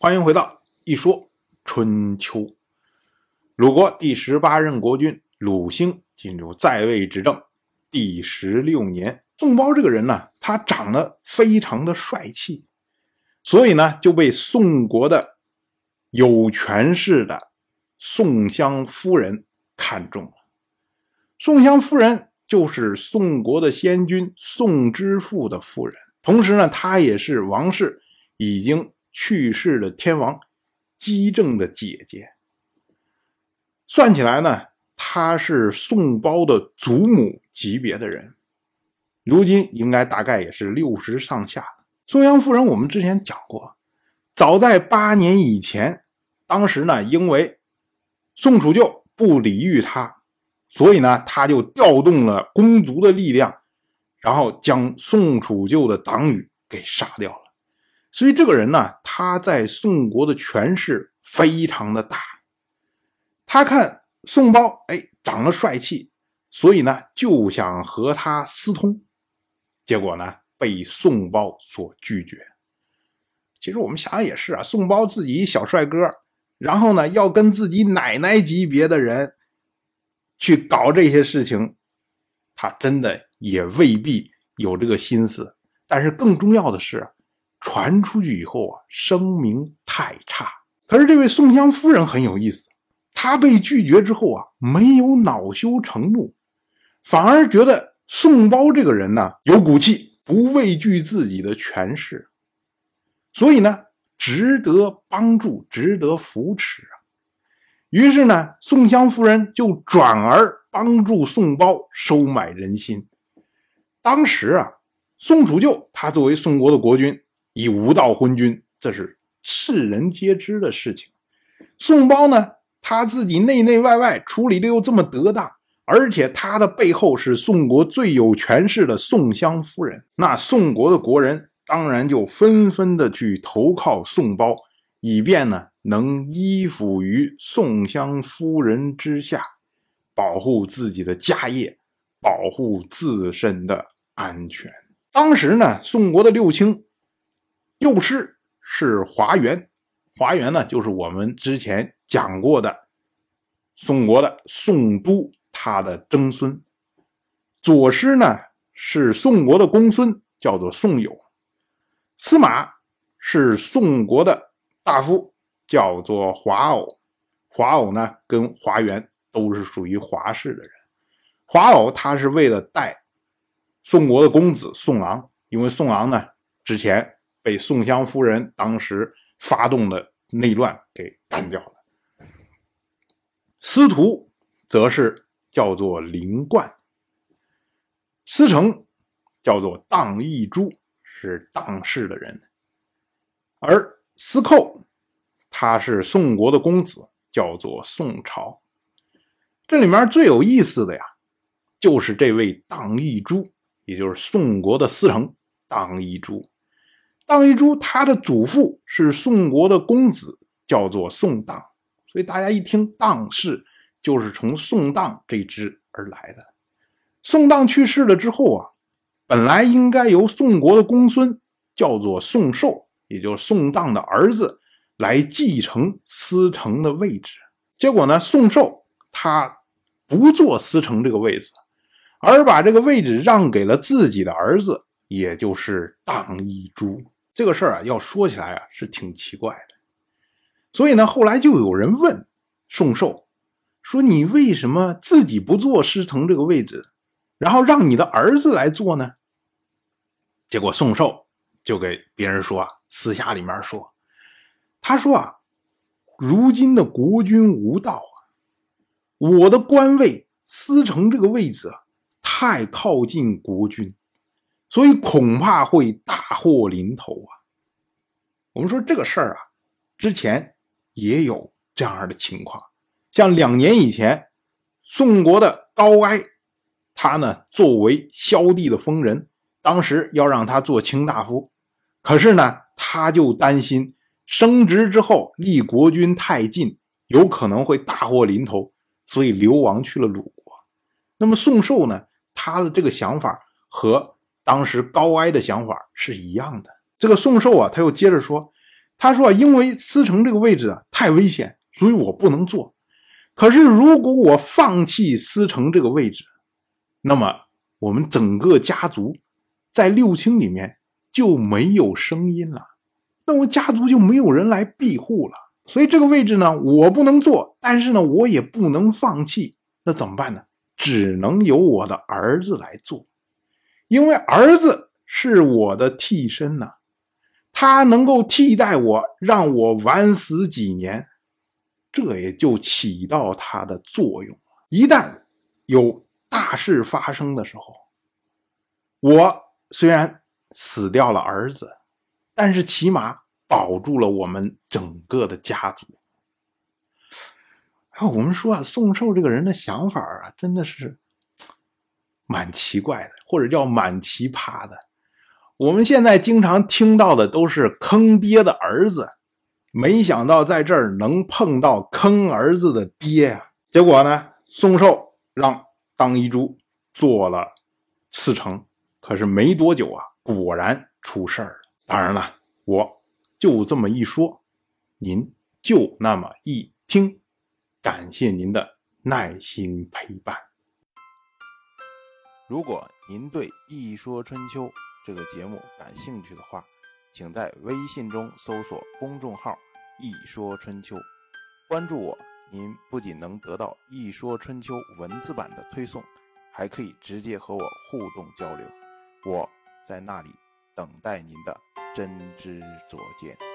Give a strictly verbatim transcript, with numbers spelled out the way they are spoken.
欢迎回到一说春秋。鲁国第十八任国君鲁兴进入在位执政第十六年。宋包这个人呢，他长得非常的帅气，所以呢就被宋国的有权势的宋襄夫人看中了。宋襄夫人就是宋国的先君宋之父的夫人，同时呢她也是王室已经去世的天王姬政的姐姐。算起来呢，她是宋包的祖母级别的人，如今应该大概也是六十上下。宋襄夫人我们之前讲过，早在八年以前，当时呢因为宋楚就不礼遇她，所以呢他就调动了公族的力量，然后将宋楚就的党羽给杀掉了。所以这个人呢，他在宋国的权势非常的大。他看宋包哎长得帅气，所以呢就想和他私通，结果呢被宋包所拒绝。其实我们想想也是啊，宋包自己一小帅哥，然后呢要跟自己奶奶级别的人去搞这些事情，他真的也未必有这个心思。但是更重要的是，传出去以后啊，声名太差。可是这位宋襄夫人很有意思，她被拒绝之后啊，没有恼羞成怒，反而觉得宋包这个人呢有骨气，不畏惧自己的权势，所以呢值得帮助，值得扶持啊。于是呢宋襄夫人就转而帮助宋包收买人心。当时啊宋楚就他作为宋国的国君，以无道昏君，这是世人皆知的事情。宋包呢他自己内内外外处理的又这么得当，而且他的背后是宋国最有权势的宋襄夫人，那宋国的国人当然就纷纷的去投靠宋包，以便呢能依附于宋襄夫人之下，保护自己的家业，保护自身的安全。当时呢宋国的六卿右师是华元，华元呢就是我们之前讲过的宋国的宋都他的曾孙。左师呢是宋国的公孙，叫做宋友。司马是宋国的大夫，叫做华偶。华偶呢跟华元都是属于华氏的人。华偶他是为了带宋国的公子宋郎，因为宋郎呢之前被宋襄夫人当时发动的内乱给干掉了。司徒则是叫做林冠。司成叫做荡义珠，是荡氏的人。而司寇他是宋国的公子，叫做宋朝。这里面最有意思的呀，就是这位荡义珠，也就是宋国的司成荡义珠。荡义珠他的祖父是宋国的公子，叫做宋荡，所以大家一听荡氏就是从宋荡这支而来的。宋荡去世了之后啊，本来应该由宋国的公孙叫做宋寿，也就是宋荡的儿子来继承司成的位置。结果呢宋寿他不做司成这个位置，而把这个位置让给了自己的儿子，也就是荡义珠。这个事儿啊要说起来啊是挺奇怪的。所以呢后来就有人问宋寿说，你为什么自己不做司成这个位置，然后让你的儿子来做呢？结果宋寿就给别人说啊，私下里面说，他说啊，如今的国君无道啊，我的官位司成这个位置啊太靠近国君，所以恐怕会大祸临头啊。我们说这个事儿啊，之前也有这样的情况。像两年以前，宋国的高哀，他呢作为萧帝的封人，当时要让他做卿大夫，可是呢他就担心升职之后离国君太近，有可能会大祸临头，所以流亡去了鲁国。那么宋寿呢，他的这个想法和当时高哀的想法是一样的。这个宋寿啊，他又接着说， 他说因为司城这个位置啊太危险，所以我不能做。可是如果我放弃司城这个位置，那么我们整个家族在六卿里面就没有声音了，那我家族就没有人来庇护了。所以这个位置呢我不能做，但是呢我也不能放弃，那怎么办呢？只能由我的儿子来做，因为儿子是我的替身呢、啊，他能够替代我，让我晚死几年，这也就起到他的作用。一旦有大事发生的时候，我虽然死掉了儿子，但是起码保住了我们整个的家族。哎，我们说啊，宋寿这个人的想法啊，真的是蛮奇怪的，或者叫蛮奇葩的。我们现在经常听到的都是坑爹的儿子，没想到在这儿能碰到坑儿子的爹啊。结果呢，宋寿让当遗珠做了司城，可是没多久啊，果然出事儿了。当然了，我就这么一说，您就那么一听，感谢您的耐心陪伴。 如果您对《一说春秋》这个节目感兴趣的话，请在微信中搜索公众号“一说春秋”，关注我，您不仅能得到《一说春秋》文字版的推送，还可以直接和我互动交流。我在那里等待您的真知灼见。